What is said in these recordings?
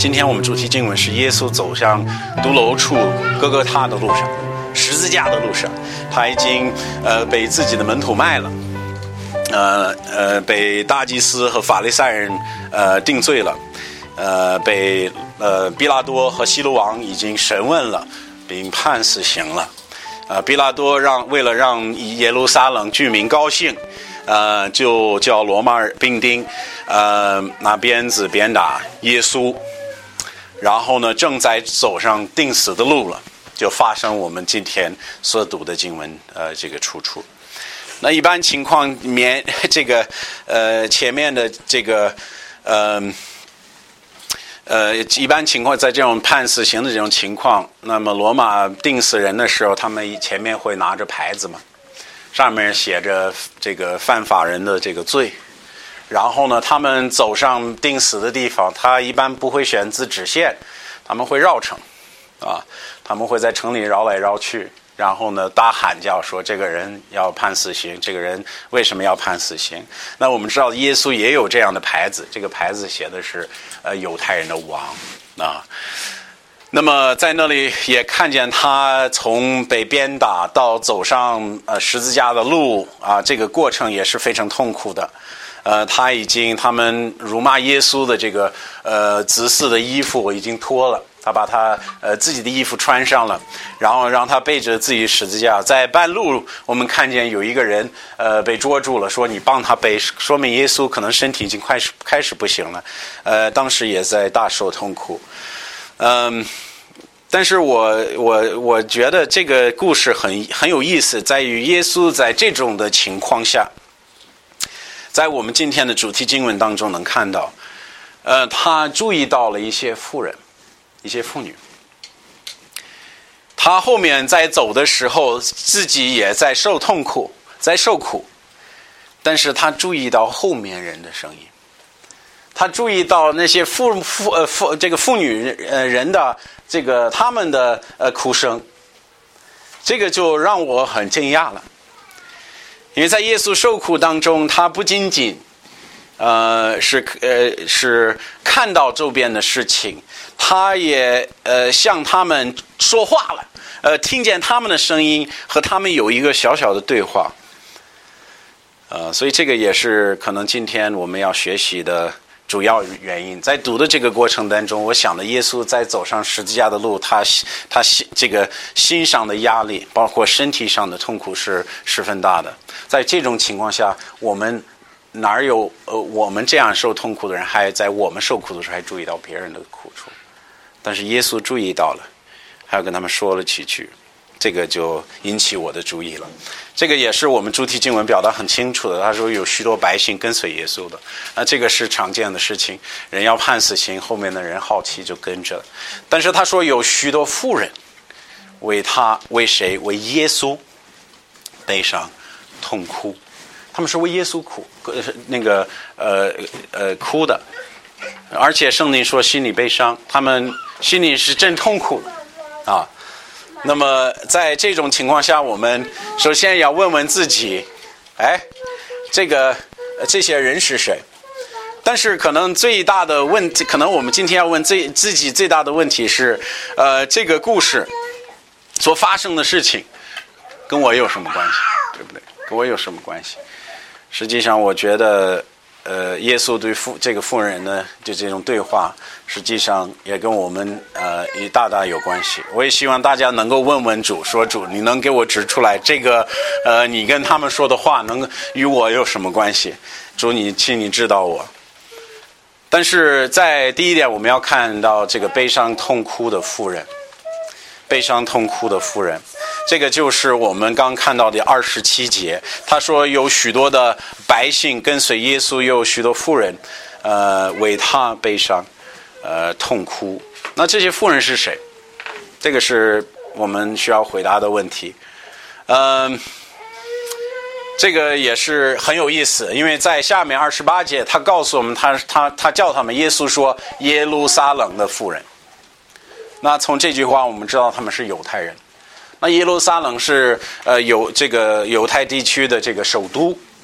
今天我们主题经文是耶稣走向独楼处哥哥他的路上，十字架的路上，他已经被自己的门徒卖了，被大祭司和法利赛人定罪了，被比拉多和希罗王已经审问了，并判死刑了。比拉多为了让耶路撒冷居民高兴，就叫罗马兵丁拿鞭子鞭打耶稣，然后呢正在走上定死的路了，就发生我们今天所读的经文这个出处。那一般情况这个前面的这个一般情况在这种判死刑的这种情况，那么罗马定死人的时候，他们前面会拿着牌子嘛，上面写着这个犯法人的这个罪，然后呢他们走上定死的地方，他一般不会选自直线，他们会绕城他们会在城里绕来绕去，然后呢大喊叫说这个人要判死刑，这个人为什么要判死刑。那我们知道耶稣也有这样的牌子，这个牌子写的是犹太人的王那么在那里也看见他从被鞭打到走上十字架的路这个过程也是非常痛苦的。他们辱骂耶稣的这个子嗣的衣服已经脱了，他把他自己的衣服穿上了，然后让他背着自己十字架。在半路我们看见有一个人被捉住了，说你帮他背，说明耶稣可能身体已经开始不行了，当时也在大受痛苦。但是我觉得这个故事很有意思，在于耶稣在这种的情况下，在我们今天的主题经文当中能看到他注意到了一些妇人，一些妇女，他后面在走的时候自己也在受痛苦，在受苦，但是他注意到后面人的声音，他注意到那些这个妇女人的这个他们的哭声，这个就让我很惊讶了。因为在耶稣受苦当中，他不仅仅是看到周边的事情，他也向他们说话了，听见他们的声音，和他们有一个小小的对话。所以这个也是可能今天我们要学习的主要原因。在读的这个过程当中，我想的耶稣在走上十字架的路，他这个心上的压力，包括身体上的痛苦是十分大的。在这种情况下，我们哪有我们这样受痛苦的人还在我们受苦的时候还注意到别人的苦处？但是耶稣注意到了，还要跟他们说了几句，这个就引起我的注意了。这个也是我们主题经文表达很清楚的，他说有许多百姓跟随耶稣的，那这个是常见的事情，人要判死刑，后面的人好奇就跟着。但是他说有许多妇人为谁？为耶稣悲伤痛哭，他们是为耶稣哭哭的，而且圣经说心里悲伤，他们心里是真痛苦的那么在这种情况下，我们首先要问问自己，这些人是谁？但是可能最大的问题，可能我们今天要问自己最大的问题是，这个故事所发生的事情跟我有什么关系，对不对？跟我有什么关系？实际上我觉得耶稣对这个妇人呢，就这种对话，实际上也跟我们也大大有关系。我也希望大家能够问问主，说主，你能给我指出来这个你跟他们说的话能与我有什么关系？主，请你指导我。但是在第一点，我们要看到这个悲伤痛哭的妇人，悲伤痛哭的妇人，这个就是我们刚看到的27节。他说有许多的百姓跟随耶稣，又有许多妇人为他悲伤痛哭。那这些妇人是谁？这个是我们需要回答的问题。这个也是很有意思，因为在下面28节他告诉我们，他叫他们，耶稣说耶路撒冷的妇人。那从这句话我们知道他们是犹太人。那耶路撒冷是这个犹太地区的这个首都，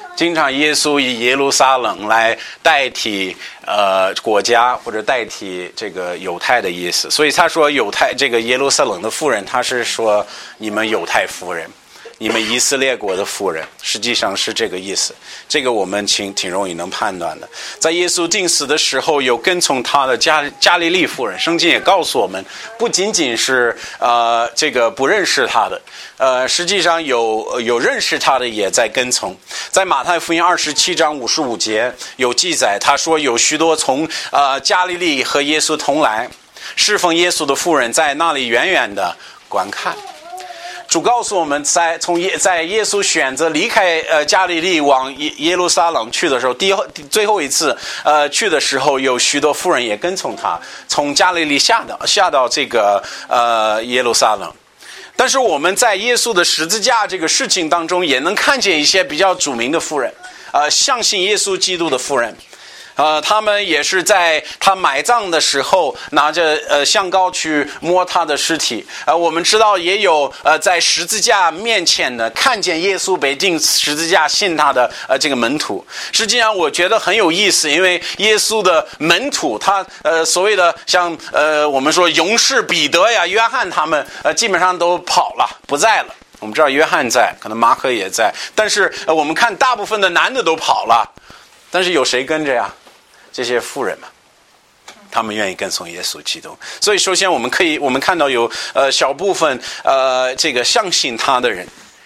经常耶稣以耶路撒冷来代替国家或者代替这个犹太的意思，所以他说犹太这个耶路撒冷的妇人，他是说你们犹太妇人，你们以色列国的妇人，实际上是这个意思。这个我们挺容易能判断的。在耶稣钉死的时候，有跟从他的加利利妇人，圣经也告诉我们，不仅仅是这个不认识他的，实际上有认识他的也在跟从。在马太福音27章55节有记载，他说有许多从加利利和耶稣同来侍奉耶稣的妇人，在那里远远的观看。主告诉我们，在耶稣选择离开加利利往耶路撒冷去的时候，最后一次去的时候，有许多妇人也跟从他，从加利利下到这个耶路撒冷。但是我们在耶稣的十字架这个事情当中，也能看见一些比较著名的妇人，相信耶稣基督的妇人。他们也是在他埋葬的时候拿着香膏去摸他的尸体。我们知道也有在十字架面前呢看见耶稣被钉十字架信他的这个门徒。实际上我觉得很有意思，因为耶稣的门徒他所谓的像我们说勇士彼得呀、约翰他们基本上都跑了，不在了。我们知道约翰在，可能马可也在，但是我们看大部分的男的都跑了，但是有谁跟着呀？这些妇人们，他们愿意跟从耶稣基督。所以首先我们看到有小部分这个相信他的人，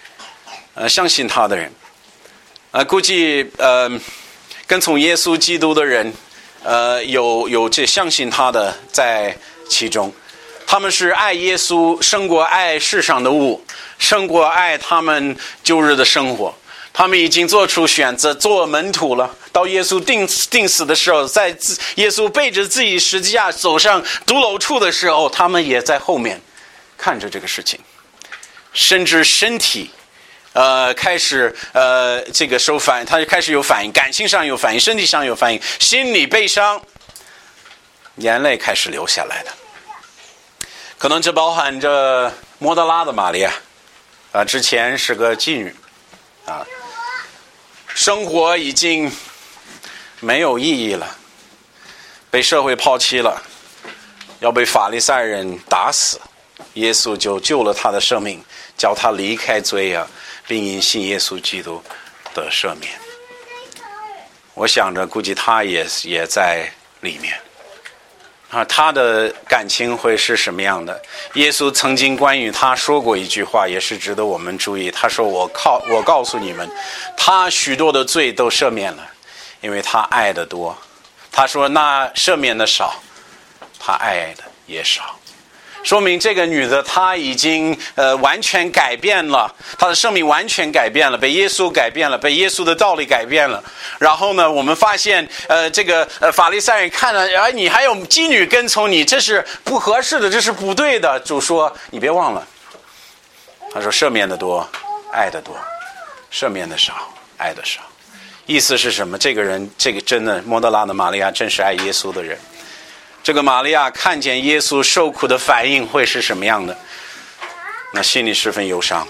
估计跟从耶稣基督的人有这相信他的在其中。他们是爱耶稣胜过爱世上的物，胜过爱他们旧日的生活。他们已经做出选择，做门徒了。到耶稣钉死的时候，在耶稣背着自己十字架走上独楼处的时候，他们也在后面看着这个事情，甚至身体开始这个受反应，他就开始有反应，感情上有反应，身体上有反应，心里悲伤，眼泪开始流下来的。可能这包含着摩德拉的玛利亚之前是个妓女生活已经没有意义了，被社会抛弃了，要被法利赛人打死。耶稣就救了他的生命，叫他离开罪恶，并因信耶稣基督的赦免。我想着估计他也在里面他的感情会是什么样的？耶稣曾经关于他说过一句话，也是值得我们注意。他说我告诉你们，他许多的罪都赦免了，因为他爱的多。他说那赦免的少，他爱的也少。说明这个女的她已经完全改变了，她的生命完全改变了，被耶稣改变了，被耶稣的道理改变了。然后呢，我们发现这个法利赛人看了，你还有妓女跟从你，这是不合适的，这是不对的。主说你别忘了，他说赦免的多，爱的多；赦免的少，爱的少。意思是什么？这个人，这个真的摩德拉的玛利亚真是爱耶稣的人。这个玛利亚看见耶稣受苦的反应会是什么样的？那心里十分忧伤。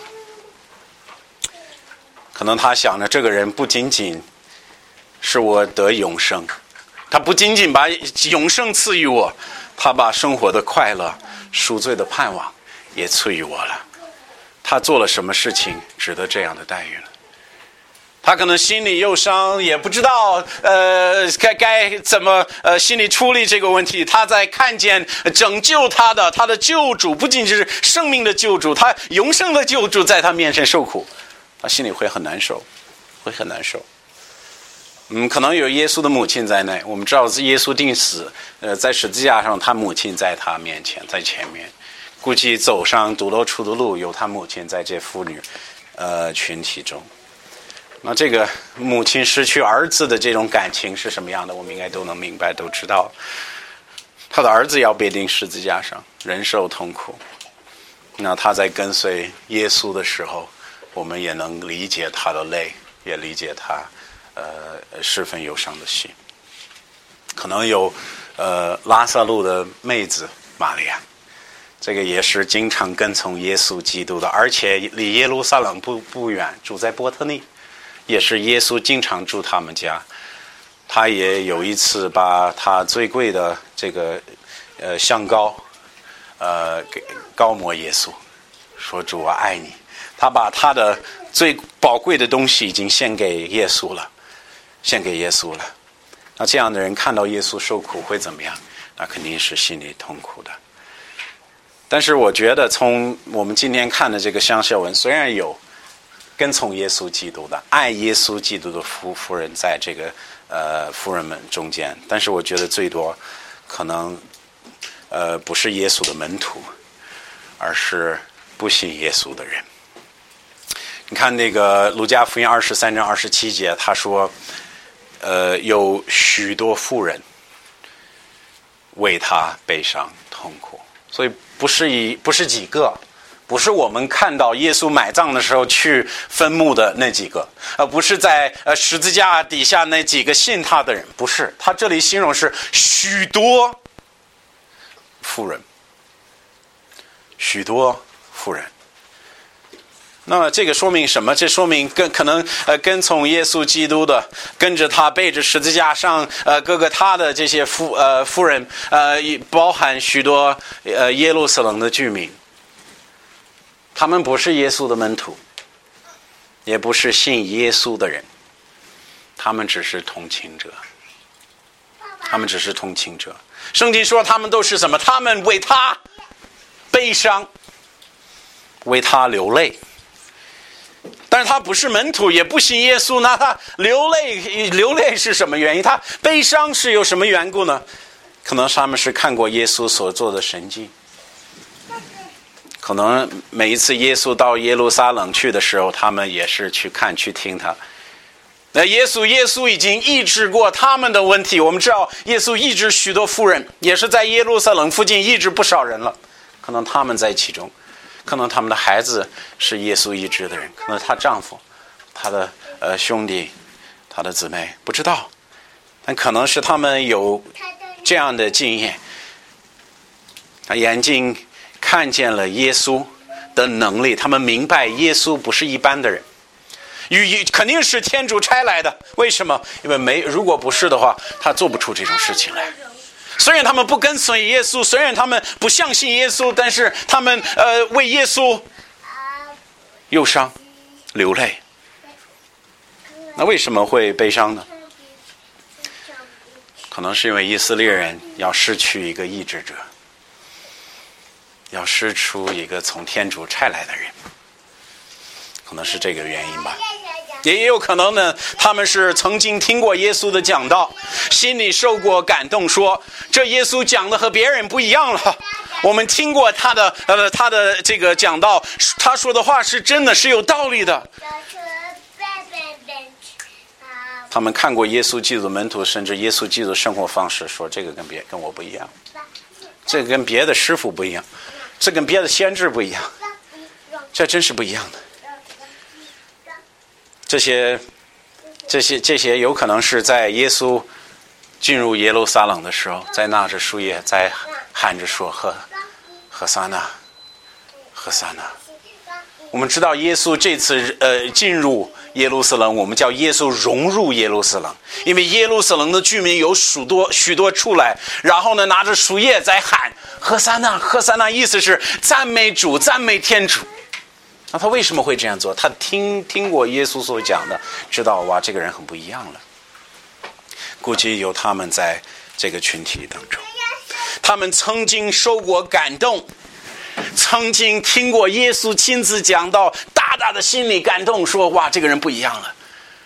可能他想着，这个人不仅仅是我得永生，他不仅仅把永生赐予我，他把生活的快乐、赎罪的盼望也赐予我了。他做了什么事情值得这样的待遇呢？他可能心里忧伤，也不知道该怎么心里处理这个问题。他在看见拯救他的救主，不仅是生命的救主，他永生的救主在他面前受苦，他心里会很难受，会很难受。可能有耶稣的母亲在内。我们知道耶稣钉死在十字架上，他母亲在他面前，在前面。估计走上独楼处的路，有他母亲在这妇女群体中。那这个母亲失去儿子的这种感情是什么样的？我们应该都能明白，都知道。他的儿子要被钉十字架上，忍受痛苦。那他在跟随耶稣的时候，我们也能理解他的泪，也理解他十分忧伤的心。可能有拉撒路的妹子玛利亚，这个也是经常跟从耶稣基督的，而且离耶路撒冷不远，住在伯特利。 也是耶稣经常住他们家。他也有一次把他最贵的这个香膏给膏抹耶稣，说主我爱你。他把他的最宝贵的东西已经献给耶稣了。那这样的人看到耶稣受苦会怎么样？那肯定是心里痛苦的。但是我觉得从我们今天看的这个香孝文，虽然有跟从耶稣基督的、爱耶稣基督的夫人在这个夫人们中间，但是我觉得最多可能不是耶稣的门徒，而是不信耶稣的人。你看那个路加福音23章27节，他说有许多妇人为他悲伤痛苦。所以不是几个，不是我们看到耶稣埋葬的时候去坟墓的那几个，不是在十字架底下那几个信他的人，不是。他这里形容是许多妇人，许多妇人。那这个说明什么？这说明可能跟从耶稣基督的，跟着他背着十字架上各个他的这些妇人，包含许多耶路撒冷的居民。他们不是耶稣的门徒，也不是信耶稣的人，他们只是同情者。圣经说他们都是什么？他们为他悲伤，为他流泪。但是他不是门徒，也不信耶稣，那他流泪是什么原因？他悲伤是有什么缘故呢？可能他们是看过耶稣所做的神迹，可能每一次耶稣到耶路撒冷去的时候，他们也是去看去听他。那耶稣已经医治过他们的问题。我们知道耶稣医治许多妇人，也是在耶路撒冷附近医治不少人了，可能他们在其中，可能他们的孩子是耶稣医治的人，可能她丈夫、她的兄弟、她的姊妹，不知道。但可能是他们有这样的经验，他眼睛看见了耶稣的能力，他们明白耶稣不是一般的人，肯定是天主差来的。为什么？因为如果不是的话，他做不出这种事情来。虽然他们不跟随耶稣，虽然他们不相信耶稣，但是他们为耶稣忧伤流泪。那为什么会悲伤呢？可能是因为以色列人要失去一个医治者，要失出一个从天主差来的人，可能是这个原因吧。也有可能呢，他们是曾经听过耶稣的讲道，心里受过感动，说这耶稣讲的和别人不一样了。我们听过他的这个讲道，他说的话是真的，是有道理的。他们看过耶稣基督的门徒，甚至耶稣基督的生活方式，说这个跟我不一样，这个跟别的师傅不一样，这跟别的先知不一样，这真是不一样的。这些有可能是在耶稣进入耶路撒冷的时候，在拿着树叶，在喊着说何撒那，何撒那。我们知道耶稣这次进入耶路撒冷，我们叫耶稣融入耶路撒冷，因为耶路撒冷的居民有许多出来，然后呢拿着树叶在喊何撒那，何撒那，意思是赞美主，赞美天主。那他为什么会这样做？他听过耶稣所讲的，知道哇，这个人很不一样了。估计有他们在这个群体当中，他们曾经受过感动，曾经听过耶稣亲自讲道，大大的心理感动，说哇，这个人不一样了，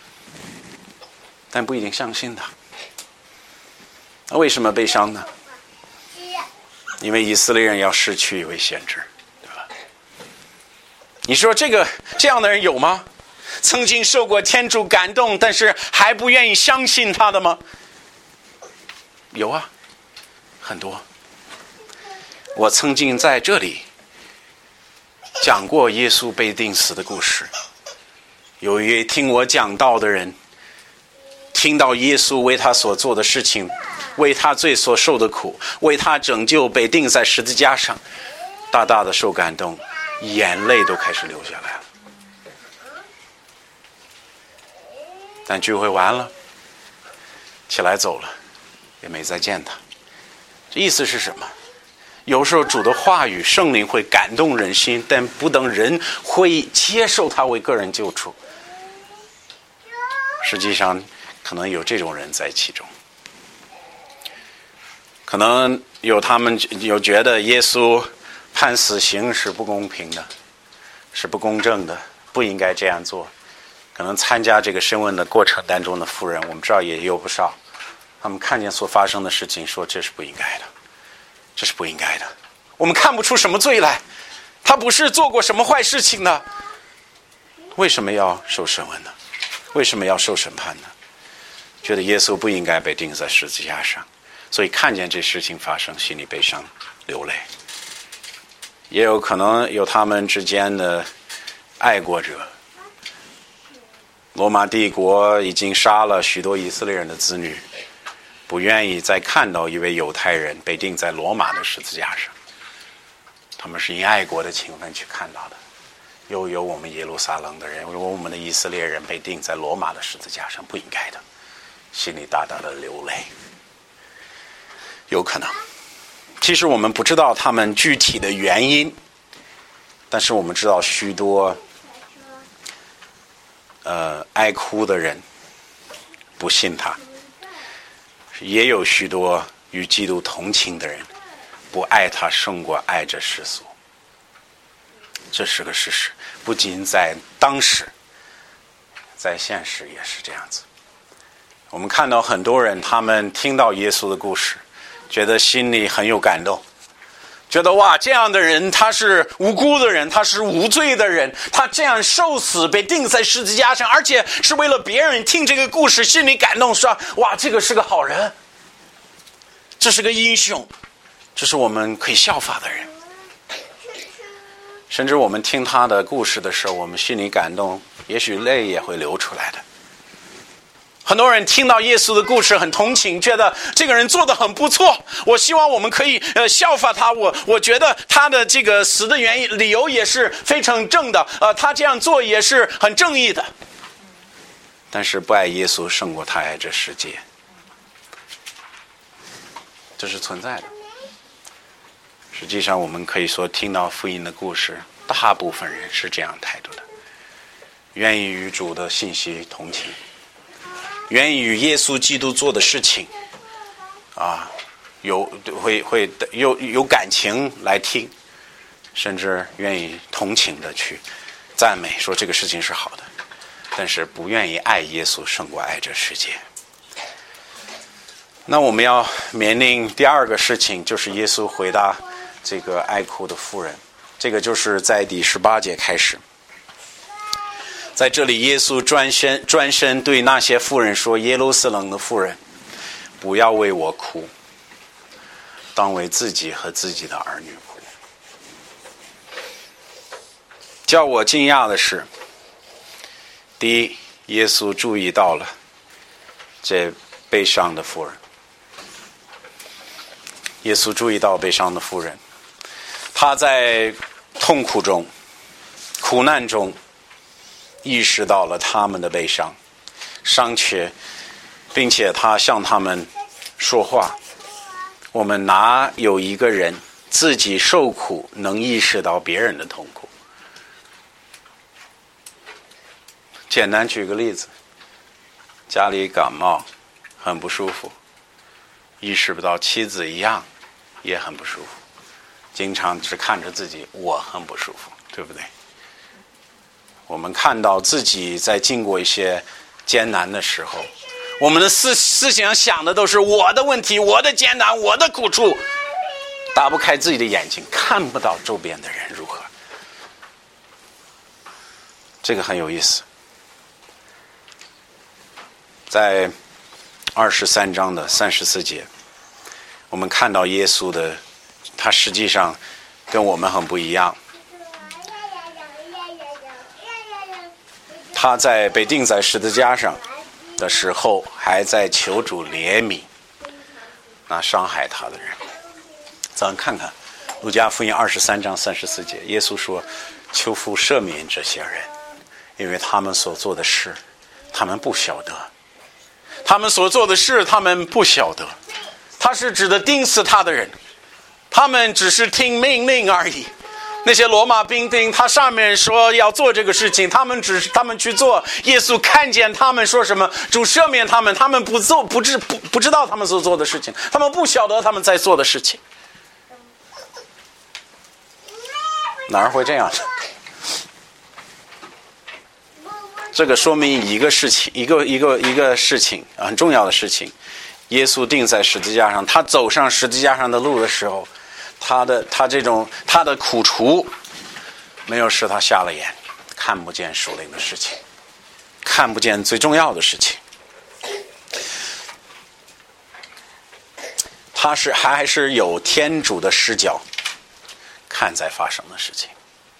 但不一定相信他。那为什么悲伤呢？因为以色列人要失去一位先知。你说这样的人有吗？曾经受过天主感动，但是还不愿意相信他的吗？有啊，很多。我曾经在这里讲过耶稣被钉死的故事，有一位听我讲道的人，听到耶稣为他所做的事情，为他罪所受的苦，为他拯救被钉在十字架上，大大的受感动，眼泪都开始流下来了。 但聚会完了，起来走了，也没再见他。这意思是什么？有时候主的话语圣灵会感动人心，但不等人会接受他为个人救主。实际上可能有这种人在其中，可能他们有觉得耶稣判死刑是不公平的，是不公正的，不应该这样做。可能参加这个审问的过程当中的妇人，我们知道也有不少，他们看见所发生的事情，说这是不应该的，这是不应该的。我们看不出什么罪来，他不是做过什么坏事情呢？为什么要受审问呢？为什么要受审判呢？觉得耶稣不应该被钉在十字架上，所以看见这事情发生，心里悲伤流泪。也有可能有他们之间的爱国者。罗马帝国已经杀了许多以色列人的子女，不愿意再看到一位犹太人被钉在罗马的十字架上。他们是因爱国的情分去看到的。又有我们耶路撒冷的人，有我们的以色列人被钉在罗马的十字架上，不应该的，心里大大的流泪。有可能，其实我们不知道他们具体的原因，但是我们知道许多爱哭的人不信他，也有许多与基督同情的人不爱他胜过爱这世俗。这是个事实，不仅在当时，在现实也是这样子。我们看到很多人，他们听到耶稣的故事，觉得心里很有感动，觉得哇，这样的人他是无辜的人，他是无罪的人，他这样受死被钉在十字架上，而且是为了别人听这个故事，心里感动，说哇，这个是个好人，这是个英雄，这是我们可以效法的人。甚至我们听他的故事的时候，我们心里感动，也许泪也会流出来的。很多人听到耶稣的故事很同情，觉得这个人做得很不错，我希望我们可以效法他。我觉得他的这个死的理由也是非常正的，他这样做也是很正义的。但是不爱耶稣胜过他爱这世界，这是存在的。实际上我们可以说，听到福音的故事，大部分人是这样态度的，愿意与主的信息同情，愿意与耶稣基督做的事情有感情来听，甚至愿意同情的去赞美，说这个事情是好的，但是不愿意爱耶稣胜过爱这世界。那我们要面临第二个事情，就是耶稣回答这个爱哭的妇人，这个就是在第18节开始。在这里，耶稣转身对那些妇人说：“耶路撒冷的妇人，不要为我哭，当为自己和自己的儿女哭。”叫我惊讶的是，第一，耶稣注意到了这悲伤的妇人。耶稣注意到悲伤的妇人，他在痛苦中、苦难中意识到了他们的悲伤、伤缺，并且他向他们说话。我们哪有一个人自己受苦能意识到别人的痛苦？简单举个例子，家里感冒很不舒服，意识不到妻子一样也很不舒服，经常只看着自己，我很不舒服，对不对？我们看到自己在经过一些艰难的时候，我们的思想想的都是我的问题，我的艰难，我的苦处，打不开自己的眼睛，看不到周边的人如何。这个很有意思。在23章的34节，我们看到耶稣的，他实际上跟我们很不一样。他在被钉在十字架上的时候，还在求主怜悯那伤害他的人。咱看看路加福音23章34节，耶稣说：“求父赦免这些人，因为他们所做的事他们不晓得，他们所做的事他们不晓得。他是指的钉死他的人，他们只是听命令而已。那些罗马兵丁，他上面说要做这个事情，他们去做。耶稣看见他们说什么，主赦免他们，他们不做，不知道他们所做的事情，他们不晓得他们在做的事情。哪儿会这样？这个说明一个事情，一个事情，很重要的事情。耶稣钉在十字架上，他走上十字架上的路的时候，他的苦楚没有使他瞎了眼，看不见属灵的事情，看不见最重要的事情。他还是有天主的视角看在发生的事情，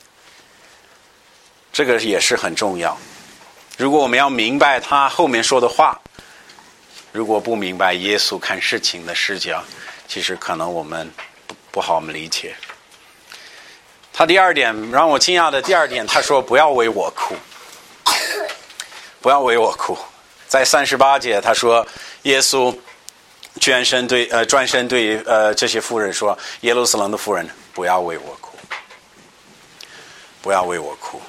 这个也是很重要。如果我们要明白他后面说的话，如果不明白耶稣看事情的视角，其实可能我们不好理解。他第二点让我惊讶的第二点，他说不要为我哭，不要为我哭。在38节他说，耶稣转身对这些妇人说，耶路撒冷的妇人，不要为我哭，不要为我哭。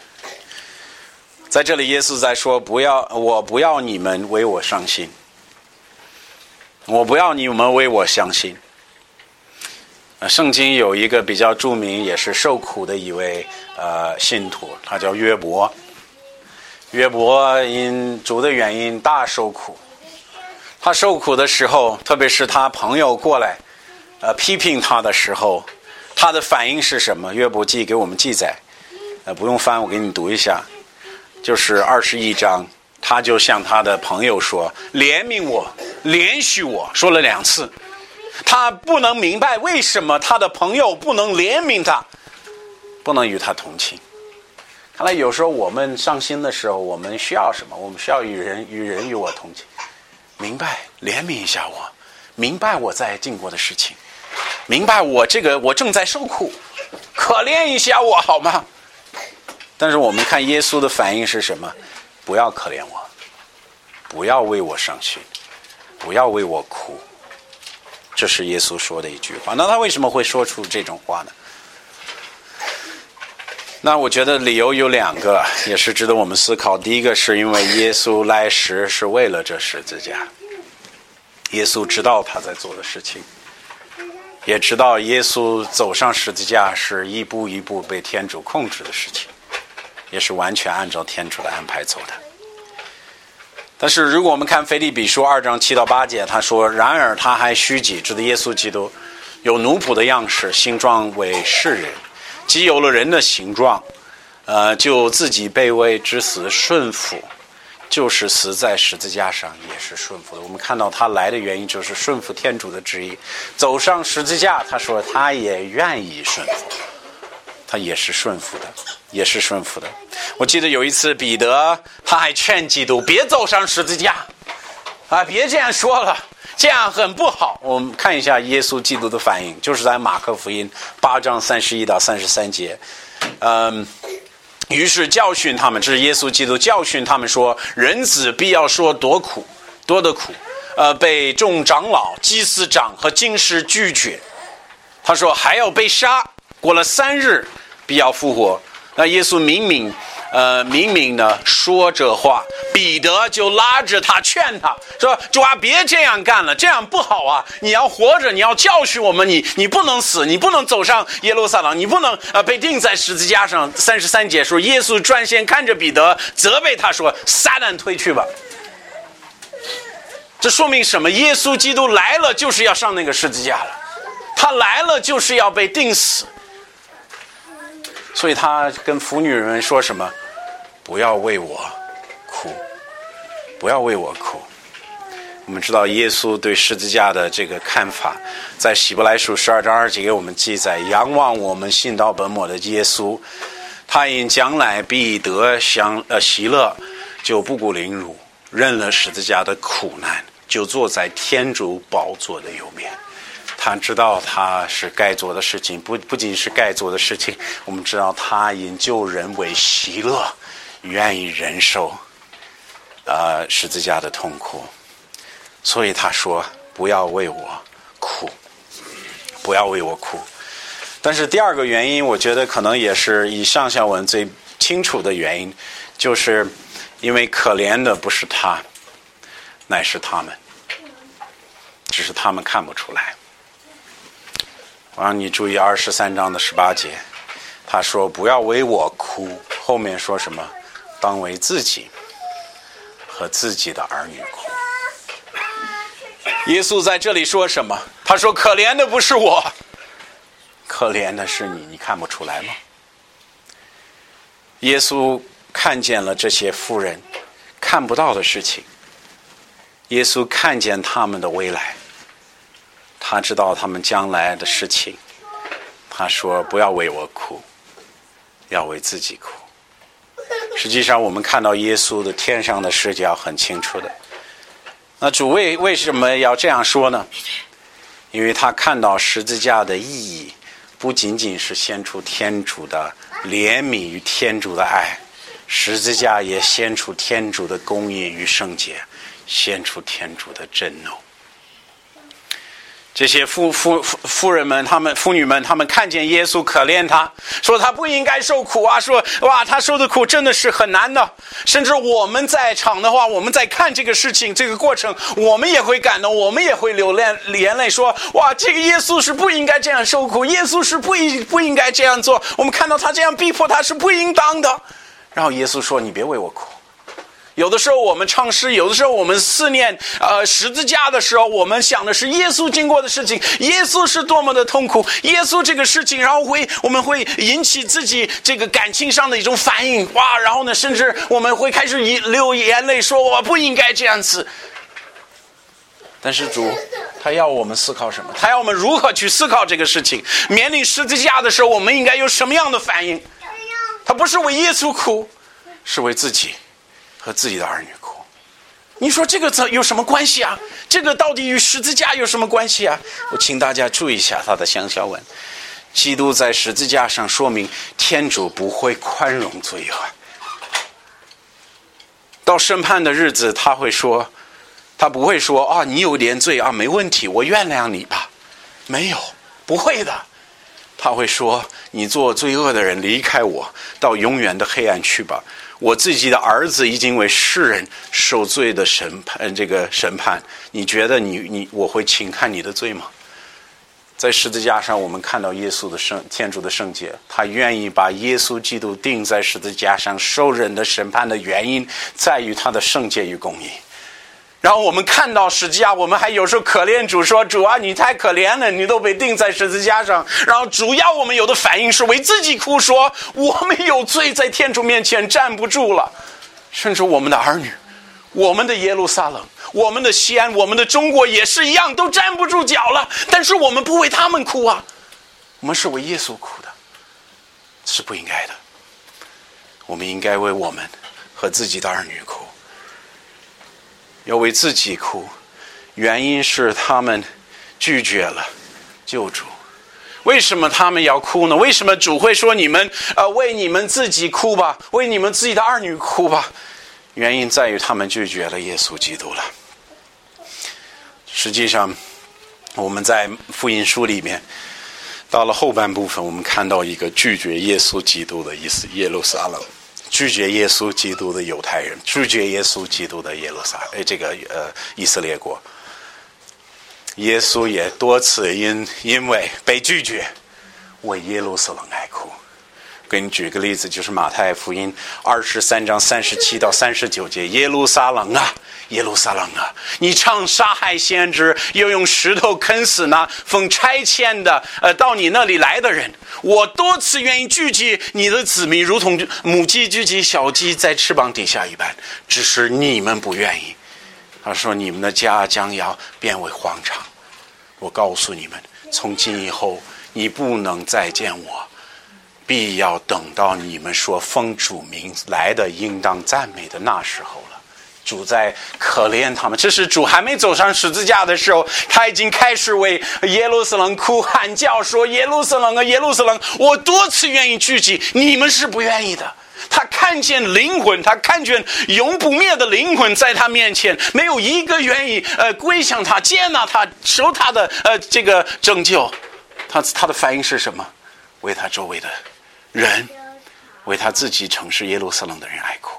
在这里耶稣在说，我不要你们为我伤心，我不要你们为我伤心。圣经有一个比较著名也是受苦的一位信徒，他叫约伯。约伯因主的原因大受苦，他受苦的时候，特别是他朋友过来批评他的时候，他的反应是什么？约伯记给我们记载，不用翻，我给你读一下，就是21章，他就向他的朋友说，怜悯我，怜恤我，说了2次。他不能明白为什么他的朋友不能怜悯他，不能与他同情。看来有时候我们伤心的时候，我们需要什么？我们需要与人与我同情，明白怜悯一下我，明白我在经过的事情，明白我正在受苦，可怜一下我好吗？但是我们看耶稣的反应是什么？不要可怜我，不要为我伤心，不要为我哭。这是耶稣说的一句话。那他为什么会说出这种话呢？那我觉得理由有2个，也是值得我们思考。第一个是因为耶稣来时是为了这十字架，耶稣知道他在做的事情，也知道耶稣走上十字架是一步一步被天主控制的事情，也是完全按照天主的安排走的。但是如果我们看腓立比书2章7到8节，他说，然而他还虚己，指的耶稣基督有奴仆的样式，形状为世人，既有了人的形状，就自己卑微至死，顺服，就是死在十字架上也是顺服的。我们看到他来的原因就是顺服天主的旨意，走上十字架，他说他也愿意顺服，他也是顺服的，也是顺服的。我记得有一次彼得他还劝基督别走上十字架别这样说了，这样很不好。我们看一下耶稣基督的反应，就是在马可福音8章31到33节。于是教训他们，这是耶稣基督教训他们说，人子必要说多的苦，被众长老、祭司长和经师拒绝。他说还要被杀，过了3日必要复活。那耶稣明明的说这话，彼得就拉着他劝他说，主啊，别这样干了，这样不好啊，你要活着，你要教训我们，你不能死，你不能走上耶路撒冷，你不能被钉在十字架上。33节说，耶稣转身看着彼得，责备他说，撒旦退去吧。这说明什么？耶稣基督来了就是要上那个十字架了，他来了就是要被钉死。所以他跟妇女人说什么？不要为我哭，不要为我哭。我们知道耶稣对十字架的这个看法，在希伯来书12章2节给我们记载，仰望我们信道本末的耶稣，他因将来必得喜乐，就不顾凌辱，认了十字架的苦难，就坐在天主宝座的右面。他知道他是该做的事情，不仅是该做的事情，我们知道他因救人为喜乐，愿意忍受十字架的痛苦，所以他说不要为我哭，不要为我哭。但是第二个原因，我觉得可能也是以上下文最清楚的原因，就是因为可怜的不是他，乃是他们，只是他们看不出来。你注意23章的18节，他说不要为我哭，后面说什么？当为自己和自己的儿女哭。耶稣在这里说什么？他说可怜的不是我，可怜的是你，你看不出来吗？耶稣看见了这些妇人看不到的事情，耶稣看见他们的未来，他知道他们将来的事情，他说不要为我哭，要为自己哭。实际上我们看到耶稣的天上的视角很清楚的。那主为什么要这样说呢？因为他看到十字架的意义不仅仅是显出天主的怜悯与天主的爱，十字架也显出天主的公义与圣洁，显出天主的震怒。这些妇人们，妇女们，他们看见耶稣可怜他，说他不应该受苦啊，说哇，他受的苦真的是很难的。甚至我们在场的话，我们在看这个事情这个过程，我们也会感动，我们也会流眼泪，说哇，这个耶稣是不应该这样受苦，耶稣是不应该这样做，我们看到他这样逼迫他是不应当的。然后耶稣说你别为我哭。有的时候我们唱诗，有的时候我们思念十字架的时候，我们想的是耶稣经过的事情，耶稣是多么的痛苦，耶稣这个事情，然后我们会引起自己这个感情上的一种反应，哇，然后呢，甚至我们会开始流眼泪，说我不应该这样子。但是主他要我们思考什么？他要我们如何去思考这个事情？面临十字架的时候，我们应该有什么样的反应？他不是为耶稣哭，是为自己和自己的儿女哭。你说这个有什么关系啊？这个到底与十字架有什么关系啊？我请大家注意一下他的详小文。基督在十字架上说明天主不会宽容罪恶，到审判的日子他不会说啊，你有点罪啊，没问题，我原谅你吧。没有，不会的。他会说你做罪恶的人离开我，到永远的黑暗去吧。我自己的儿子已经为世人受罪的审判，你觉得我会轻看你的罪吗？在十字架上我们看到耶稣的天主的圣洁，他愿意把耶稣基督钉在十字架上受人的审判的原因在于他的圣洁与公义。然后我们看到十字架，我们还有时候可怜主，说主啊，你太可怜了，你都被钉在十字架上。然后主要我们有的反应是为自己哭，说我们有罪，在天主面前站不住了。甚至我们的儿女，我们的耶路撒冷，我们的西安，我们的中国也是一样，都站不住脚了。但是我们不为他们哭啊，我们是为耶稣哭的，是不应该的。我们应该为我们和自己的儿女哭，要为自己哭，原因是他们拒绝了救主。为什么他们要哭呢？为什么主会说你们为你们自己哭吧，为你们自己的儿女哭吧？原因在于他们拒绝了耶稣基督了。实际上我们在福音书里面到了后半部分，我们看到一个拒绝耶稣基督的意思，耶路撒冷，拒绝耶稣基督的犹太人，拒绝耶稣基督的以色列国。耶稣也多次因为被拒绝，为耶路撒冷哀哭。给你举个例子，就是马太福音23章37到39节，耶路撒冷啊，耶路撒冷啊，你常杀害先知，又用石头啃死那奉差遣的到你那里来的人。我多次愿意聚集你的子民，如同母鸡聚集小鸡在翅膀底下一般，只是你们不愿意。他说你们的家将要变为荒场。我告诉你们，从今以后你不能再见我，必要等到你们说奉主名来的应当赞美的那时候了。主在可怜他们，这是主还没走上十字架的时候，他已经开始为耶路撒冷哭喊叫，说耶路撒冷啊，耶路撒冷，我多次愿意聚集，你们是不愿意的。 他看见灵魂，他看见永不灭的灵魂在他面前，没有一个愿意归向他、接纳他、受他的这个拯救。他的反应是什么？为他周围的人，为他自己城市耶路撒冷的人哀哭。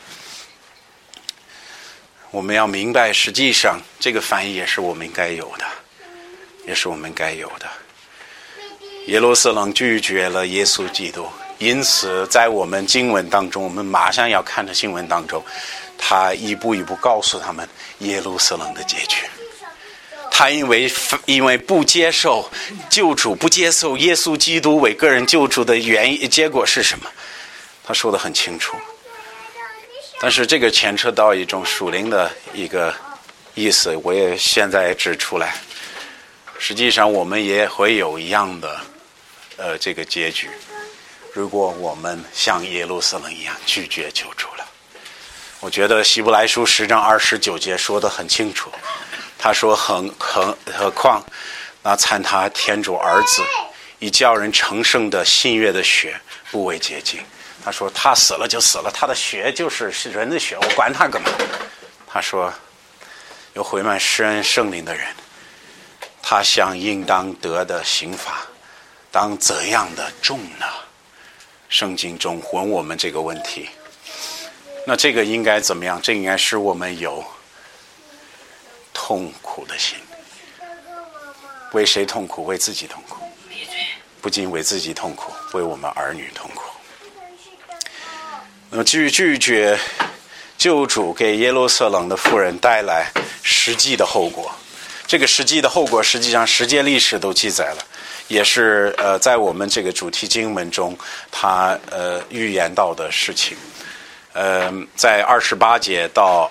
我们要明白，实际上这个反应也是我们该有的，也是我们该有的。耶路撒冷拒绝了耶稣基督，因此在我们经文当中，我们马上要看的经文当中，他一步一步告诉他们耶路撒冷的结局。他因为不接受救主，不接受耶稣基督为个人救主的结果是什么？他说得很清楚。但是这个牵扯到一种属灵的一个意思，我也现在指出来。实际上我们也会有一样的这个结局，如果我们像耶路撒冷一样拒绝救主了。我觉得希伯来书10章29节说得很清楚，他说何况那参他天主儿子以叫人成圣的信约的血不为洁净。他说他死了就死了，他的血就是人的血，我管他干嘛。他说有毁满施恩圣灵的人，他想应当得的刑罚当怎样的重呢？圣经中问我们这个问题，那这个应该怎么样？这应该使我们有痛苦的心。为谁痛苦？为自己痛苦。不仅为自己痛苦，为我们儿女痛苦。那么拒绝救主给耶路撒冷的妇人带来实际的后果。这个实际的后果实际上世界历史都记载了，也是在我们这个主题经文中他预言到的事情。在28节到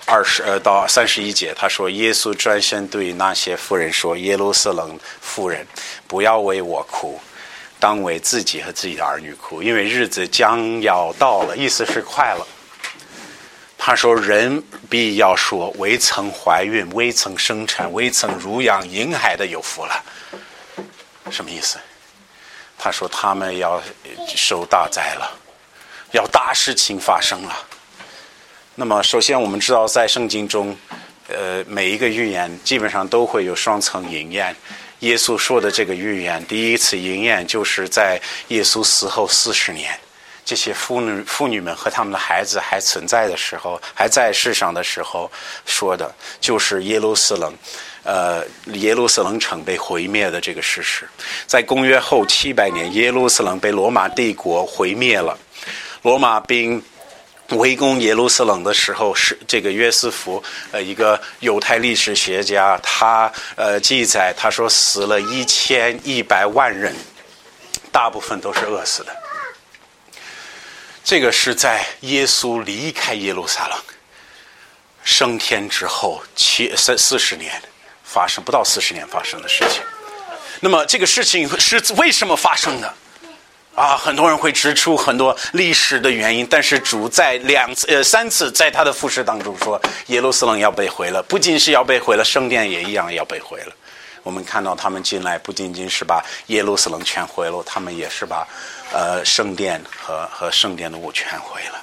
31节，他说耶稣转身对那些妇人说，耶路撒冷妇人，不要为我哭，当为自己和自己的儿女哭，因为日子将要到了，意思是快了。他说人必要说，未曾怀孕，未曾生产，未曾乳养婴孩的有福了。什么意思？他说他们要受大灾了，要大事情发生了。那么首先我们知道在圣经中每一个预言基本上都会有双层应验。耶稣说的这个预言第一次应验就是在耶稣死后40年，这些妇女们和他们的孩子还存在的时候，还在世上的时候说的，就是耶路撒冷城被毁灭的这个事实。在公元后700年，耶路撒冷被罗马帝国毁灭了。罗马兵围攻耶路撒冷的时候，是这个约瑟夫一个犹太历史学家，他记载，他说死了1100万人，大部分都是饿死的。这个是在耶稣离开耶路撒冷升天之后40年发生，不到40年发生的事情。那么这个事情是为什么发生的？很多人会指出很多历史的原因，但是主在3次在他的复试当中说耶路撒冷要被毁了，不仅是要被毁了，圣殿也一样要被毁了。我们看到他们进来不仅仅是把耶路撒冷全毁了，他们也是把圣殿和圣殿的物全毁了。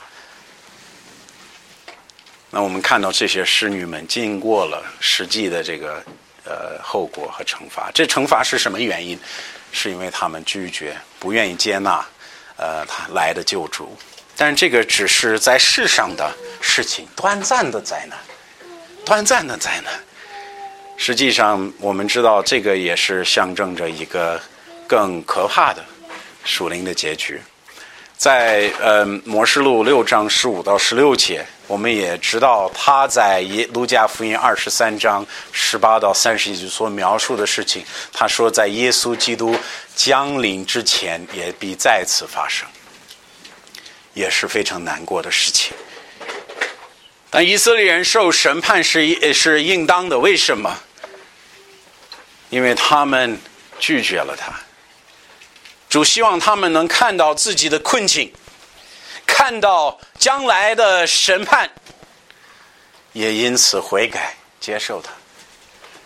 那我们看到这些使女们经过了实际的这个后果和惩罚。这惩罚是什么原因？是因为他们拒绝，不愿意接纳他来的救主。但是这个只是在世上的事情，短暂的灾难，短暂的灾难。实际上我们知道这个也是象征着一个更可怕的属灵的结局。在默示录6章15到16节，我们也知道他在路加福音23章18到30节所描述的事情。他说在耶稣基督降临之前也必再次发生，也是非常难过的事情。但以色列人受审判是应当的，为什么？因为他们拒绝了他。主希望他们能看到自己的困境，看到将来的审判，也因此悔改接受他。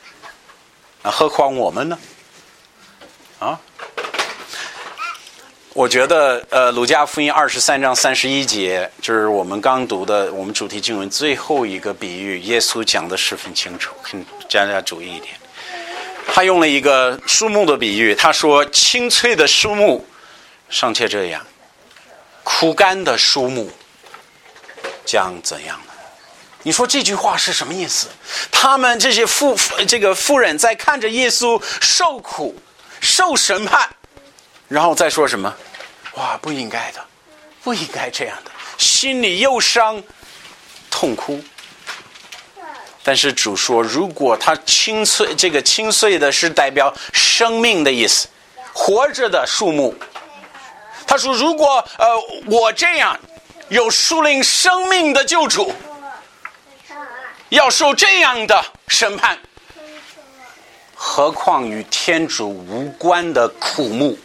那何况我们呢？ 我觉得鲁加福音23章31节，就是我们刚读的我们主题经文最后一个比喻，耶稣讲的十分清楚，大家注意一点。他用了一个树木的比喻，他说青翠的树木尚且这样，枯干的树木将怎样呢？你说这句话是什么意思？他们这些妇人在看着耶稣受苦受审判，然后再说什么？哇，不应该的，不应该这样的，心里忧伤痛哭。但是主说，如果他青翠的是代表生命的意思，活着的树木。他说，如果我这样有属灵生命的救主，要受这样的审判，何况与天主无关的苦木。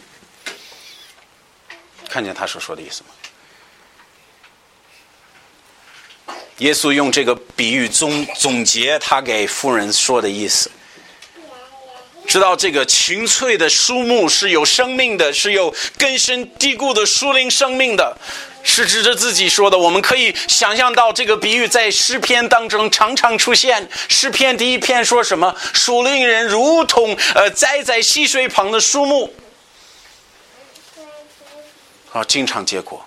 看见他所说的意思吗？耶稣用这个比喻总结他给妇人说的意思，知道这个青翠的树木是有生命的，是有根深蒂固的属灵生命的，是指着自己说的。我们可以想象到这个比喻在诗篇当中常常出现。诗篇第1篇说什么？属灵人如同栽在溪水旁的树木，经常结果。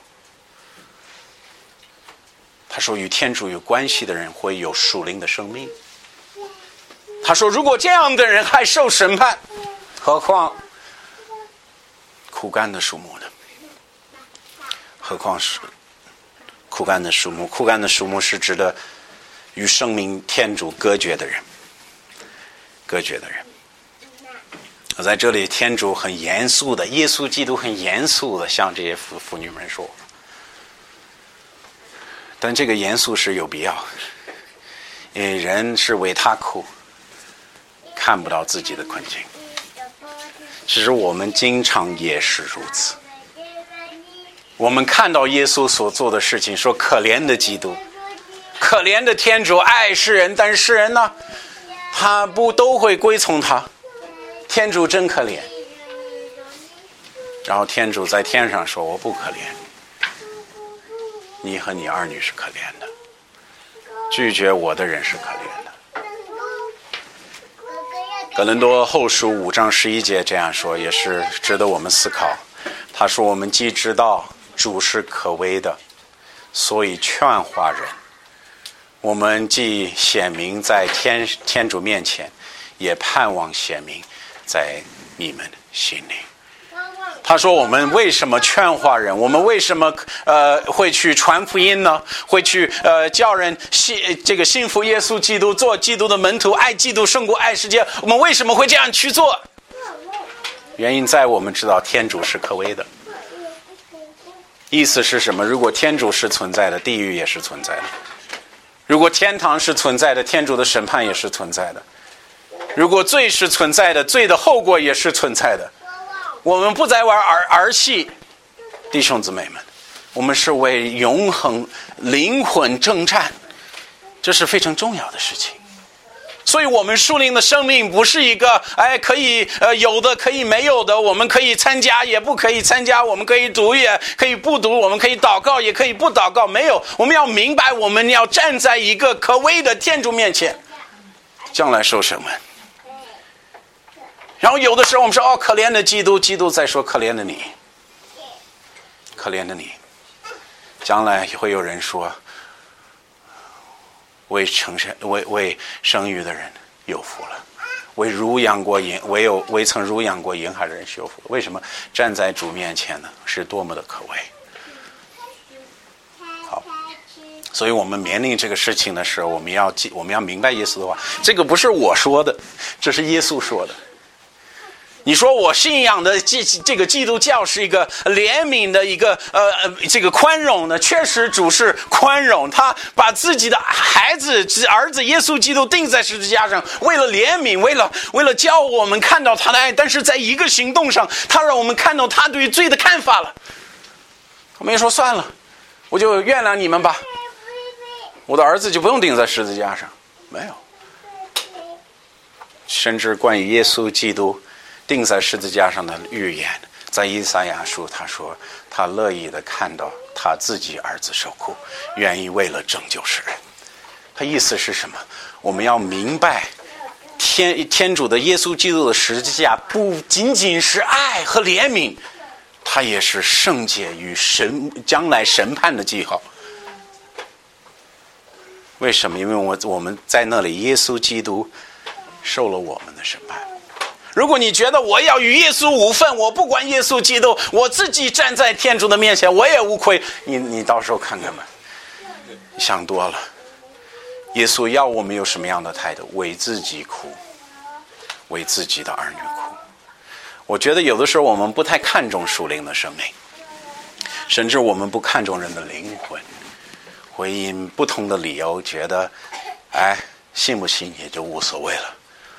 他说与天主有关系的人会有属灵的生命。他说如果这样的人还受审判，何况枯干的树木呢？何况是枯干的树木。枯干的树木是指的与生命天主隔绝的人。在这里天主很严肃的，耶稣基督很严肃的向这些妇女们说，但这个严肃是有必要，因为人是为他哭，看不到自己的困境。其实我们经常也是如此。我们看到耶稣所做的事情，说可怜的基督，可怜的天主爱世人，但是世人呢，他不都会归从他。天主真可怜。然后天主在天上说，我不可怜，你和你儿女是可怜的，拒绝我的人是可怜的。哥林多后书5章11节这样说，也是值得我们思考。他说，我们既知道主是可畏的，所以劝化人。我们既显明在天主面前，也盼望显明在你们心里。他说我们为什么劝化人？我们为什么会去传福音呢？会去叫人信服耶稣基督，做基督的门徒，爱基督胜过爱世界。我们为什么会这样去做？原因在我们知道天主是可畏的。意思是什么？如果天主是存在的，地狱也是存在的；如果天堂是存在的，天主的审判也是存在的；如果罪是存在的，罪的后果也是存在的。我们不再玩儿戏，弟兄姊妹们，我们是为永恒灵魂征战，这是非常重要的事情。所以我们属灵的生命不是一个可以有的可以没有的，我们可以参加也不可以参加，我们可以读也可以不读，我们可以祷告也可以不祷告，没有。我们要明白，我们要站在一个可畏的天主面前，将来受审问。然后有的时候我们说可怜的基督，基督在说可怜的你，可怜的你。将来会有人说，未生育的人有福了，未曾乳养过婴孩的人是有福了。为什么？站在主面前呢，是多么的可畏。好，所以我们面临这个事情的时候，我们要明白耶稣的话，这个不是我说的，这是耶稣说的。你说我信仰的这个基督教是一个怜悯的一个这个宽容呢？确实主是宽容，他把自己的儿子耶稣基督钉在十字架上，为了怜悯，为了叫我们看到他的爱。但是在一个行动上，他让我们看到他对于罪的看法了。他没说算了，我就原谅你们吧，我的儿子就不用钉在十字架上。没有。甚至关于耶稣基督钉在十字架上的预言， 在以赛亚书他说他乐意的看到他自己儿子受苦，愿意为了拯救世人。他意思是什么？我们要明白天主的耶稣基督的十字架不仅仅是爱和怜悯，它也是圣洁与将来审判的记号。为什么？因为我们在那里，耶稣基督受了我们的审判。如果你觉得我要与耶稣无份，我不管耶稣基督，我自己站在天主的面前，我也无愧，你到时候看看吧，想多了。耶稣要我们有什么样的态度？为自己哭，为自己的儿女哭。我觉得有的时候我们不太看重属灵的生命，甚至我们不看重人的灵魂，会因不同的理由觉得信不信也就无所谓了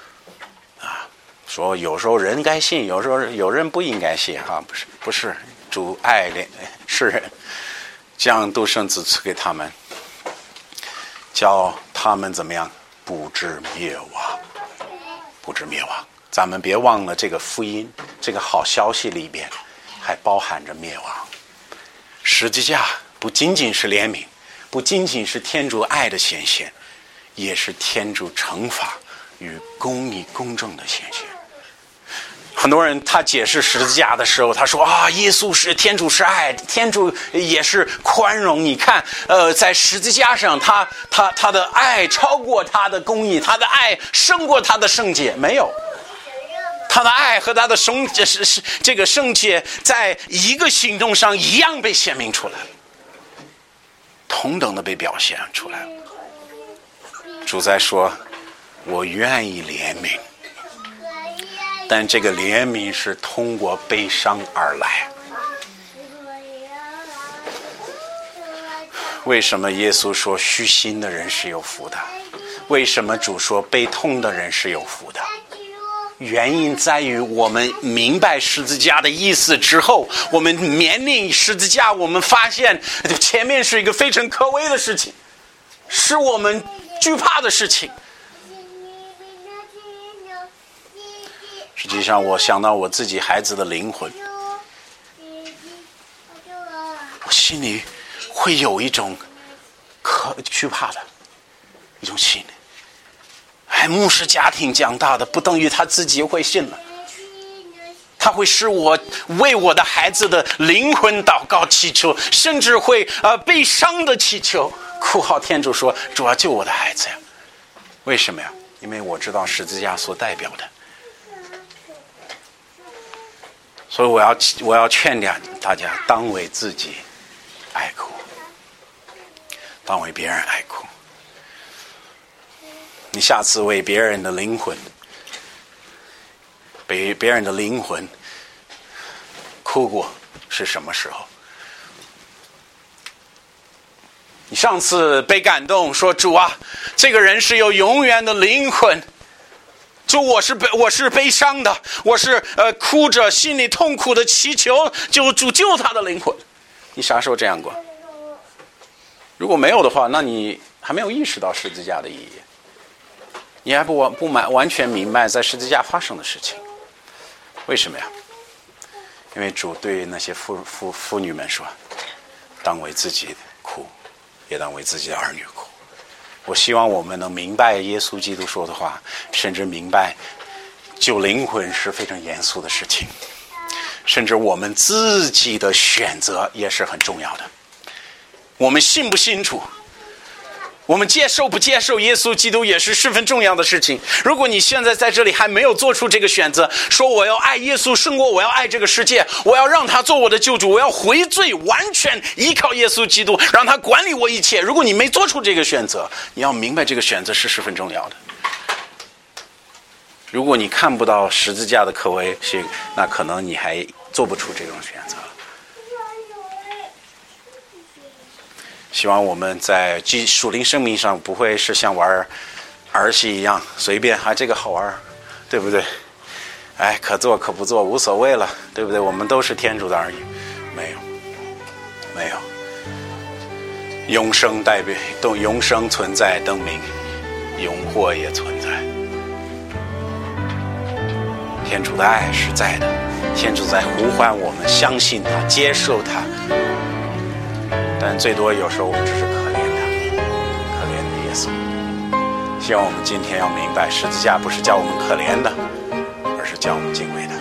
说有时候人该信，有时候有人不应该信不是主爱世人，将独生子赐给他们，叫他们怎么样？不至灭亡，不至灭亡。咱们别忘了这个福音，这个好消息里边还包含着灭亡。十字架不仅仅是怜悯，不仅仅是天主爱的显现，也是天主惩罚与公义公正的显现。很多人他解释十字架的时候，他说耶稣是天主是爱，天主也是宽容。你看在十字架上他的爱超过他的公义，他的爱胜过他的圣洁。没有，他的爱和他的这个圣洁在一个行动上一样被显明出来了，同等的被表现出来了。主在说我愿意怜悯，但这个怜悯是通过悲伤而来。为什么耶稣说虚心的人是有福的？为什么主说悲痛的人是有福的？原因在于我们明白十字架的意思之后，我们面临十字架，我们发现前面是一个非常可畏的事情，是我们惧怕的事情。实际上我想到我自己孩子的灵魂，我心里会有一种惧怕的一种心理。牧师家庭长大的不等于他自己会信了，他会使我为我的孩子的灵魂祷告祈求，甚至会悲伤的祈求，哭号天主说主要救我的孩子呀。为什么呀？因为我知道十字架所代表的。所以我要劝大家，当为自己哀哭，当为别人哀哭。你下次为别人的灵魂，别人的灵魂哭过是什么时候？你上次被感动说主啊，这个人是有永远的灵魂，就我是悲伤的，我是哭着心里痛苦的祈求，就主救他的灵魂。你啥时候这样过？如果没有的话，那你还没有意识到十字架的意义，你还不完全明白在十字架发生的事情。为什么呀？因为主对那些妇女们说，当为自己哭，也当为自己的儿女哭。我希望我们能明白耶稣基督说的话，甚至明白救灵魂是非常严肃的事情，甚至我们自己的选择也是很重要的。我们信不信主，我们接受不接受耶稣基督也是十分重要的事情。如果你现在在这里还没有做出这个选择，说我要爱耶稣胜过我要爱这个世界，我要让他做我的救主，我要回罪，完全依靠耶稣基督，让他管理我一切。如果你没做出这个选择，你要明白这个选择是十分重要的。如果你看不到十字架的可畏性，那可能你还做不出这种选择。希望我们在属灵生命上不会是像玩儿戏一样随便，这个好玩，对不对？可做可不做无所谓了，对不对？我们都是天主的儿女。没有永生永生存在灯明，永祸也存在。天主的爱是在的， 天主在呼唤我们相信他，接受他。但最多有时候我们只是可怜他，可怜的耶稣。希望我们今天要明白，十字架不是叫我们可怜的，而是叫我们敬畏他。